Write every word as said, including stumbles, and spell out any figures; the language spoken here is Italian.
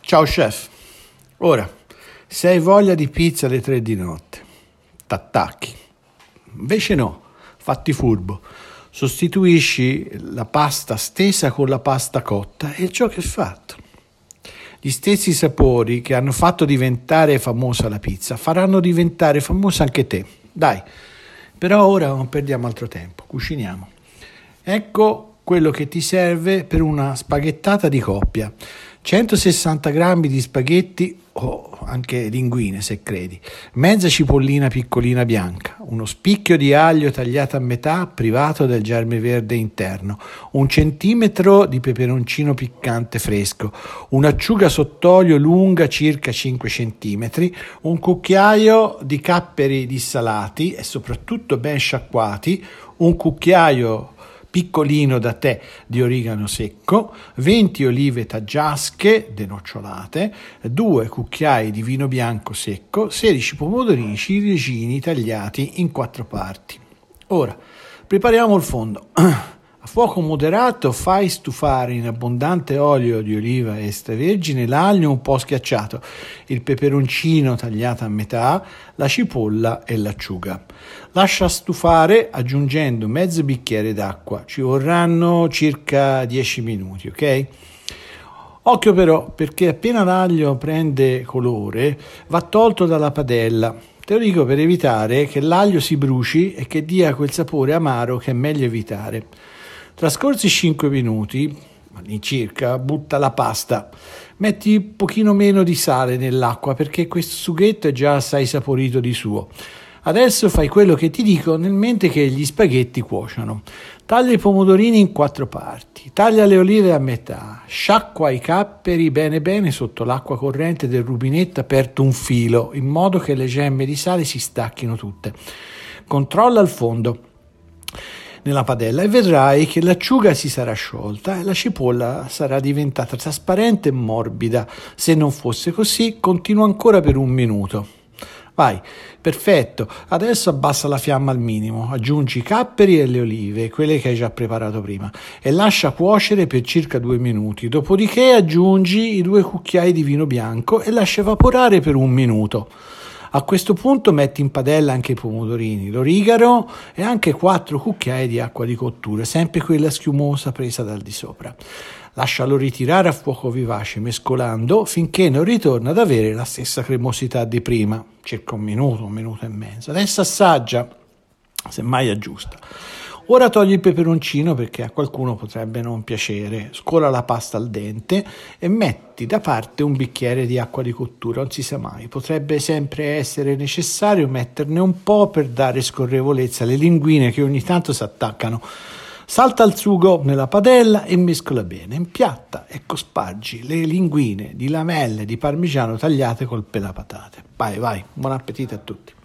Ciao chef, ora, se hai voglia di pizza alle tre di notte, t'attacchi. Invece no, fatti furbo, sostituisci la pasta stesa con la pasta cotta e ciò che è fatto. Gli stessi sapori che hanno fatto diventare famosa la pizza faranno diventare famosa anche te. Dai, però ora non perdiamo altro tempo, cuciniamo. Ecco quello che ti serve per una spaghettata di coppia. centosessanta grammi di spaghetti o anche linguine se credi, mezza cipollina piccolina bianca, uno spicchio di aglio tagliato a metà privato del germe verde interno, un centimetro di peperoncino piccante fresco, un'acciuga sott'olio lunga circa cinque centimetri, un cucchiaio di capperi dissalati e soprattutto ben sciacquati, un cucchiaio piccolino da tè di origano secco, venti olive taggiasche denocciolate, due cucchiai di vino bianco secco, sedici pomodorini ciliegini tagliati in quattro parti. Ora, prepariamo il fondo. A fuoco moderato fai stufare in abbondante olio di oliva extravergine l'aglio un po' schiacciato, il peperoncino tagliato a metà, la cipolla e l'acciuga. Lascia stufare aggiungendo mezzo bicchiere d'acqua, ci vorranno circa dieci minuti, ok? Occhio però, perché appena l'aglio prende colore va tolto dalla padella. Te lo dico per evitare che l'aglio si bruci e che dia quel sapore amaro che è meglio evitare. Trascorsi cinque minuti, all'incirca, butta la pasta. Metti un pochino meno di sale nell'acqua perché questo sughetto è già assai saporito di suo. Adesso fai quello che ti dico nel mentre che gli spaghetti cuociono. Taglia i pomodorini in quattro parti, taglia le olive a metà, sciacqua i capperi bene bene sotto l'acqua corrente del rubinetto aperto un filo, in modo che le gemme di sale si stacchino tutte. Controlla il fondo nella padella e vedrai che l'acciuga si sarà sciolta e la cipolla sarà diventata trasparente e morbida. Se non fosse così, continua ancora per un minuto. Vai, perfetto. Adesso abbassa la fiamma al minimo, aggiungi i capperi e le olive, quelle che hai già preparato prima, e lascia cuocere per circa due minuti. Dopodiché aggiungi i due cucchiai di vino bianco e lascia evaporare per un minuto. A questo punto metti in padella anche i pomodorini, l'origano e anche quattro cucchiai di acqua di cottura, sempre quella schiumosa presa dal di sopra. Lascialo ritirare a fuoco vivace, mescolando finché non ritorna ad avere la stessa cremosità di prima, circa un minuto, un minuto e mezzo. Adesso assaggia, semmai aggiusta. Ora togli il peperoncino perché a qualcuno potrebbe non piacere, scola la pasta al dente e metti da parte un bicchiere di acqua di cottura, non si sa mai, potrebbe sempre essere necessario metterne un po' per dare scorrevolezza alle linguine che ogni tanto si attaccano. Salta il sugo nella padella e mescola bene, impiatta e cospargi le linguine di lamelle di parmigiano tagliate col pelapatate. Vai, vai, buon appetito a tutti.